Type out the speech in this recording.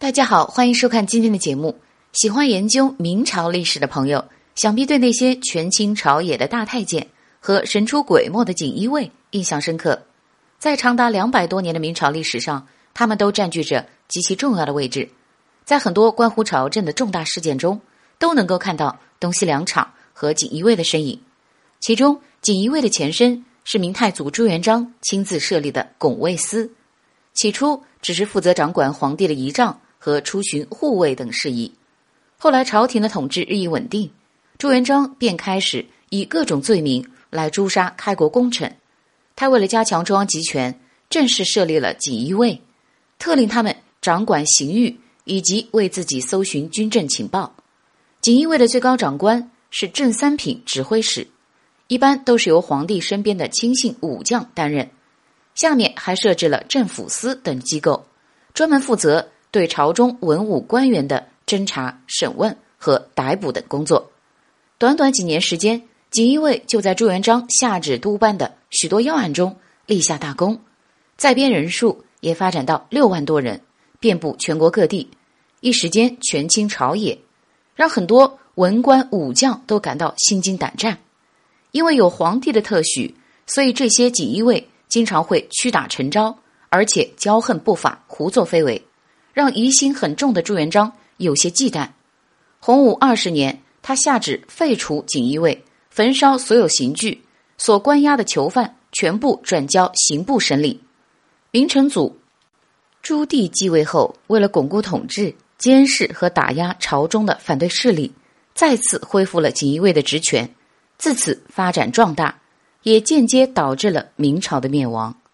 大家好，欢迎收看今天的节目。喜欢研究明朝历史的朋友，想必对那些权倾朝野的大太监和神出鬼没的锦衣卫印象深刻。在长达200多年的明朝历史上，他们都占据着极其重要的位置。在很多关乎朝政的重大事件中，都能够看到东西两场和锦衣卫的身影。其中，锦衣卫的前身是明太祖朱元璋亲自设立的拱卫司，起初只是负责掌管皇帝的仪仗和出巡护卫等事宜。后来朝廷的统治日益稳定，朱元璋便开始以各种罪名来诛杀开国功臣。他为了加强中央集权，正式设立了锦衣卫，特令他们掌管刑狱以及为自己搜寻军政情报。锦衣卫的最高长官是正三品指挥使，一般都是由皇帝身边的亲信武将担任。下面还设置了政府司等机构，专门负责对朝中文武官员的侦查、审问和逮捕等工作。短短几年时间，锦衣卫就在朱元璋下旨督办的许多要案中立下大功，在编人数也发展到6万多人，遍布全国各地，一时间权倾朝野，让很多文官武将都感到心惊胆战。因为有皇帝的特许，所以这些锦衣卫经常会屈打成招，而且骄横不法，胡作非为，让疑心很重的朱元璋有些忌惮。洪武20年，他下旨废除锦衣卫，焚烧所有刑具，所关押的囚犯全部转交刑部审理。明成祖朱棣继位后，为了巩固统治、监视和打压朝中的反对势力，再次恢复了锦衣卫的职权，自此发展壮大，也间接导致了明朝的灭亡。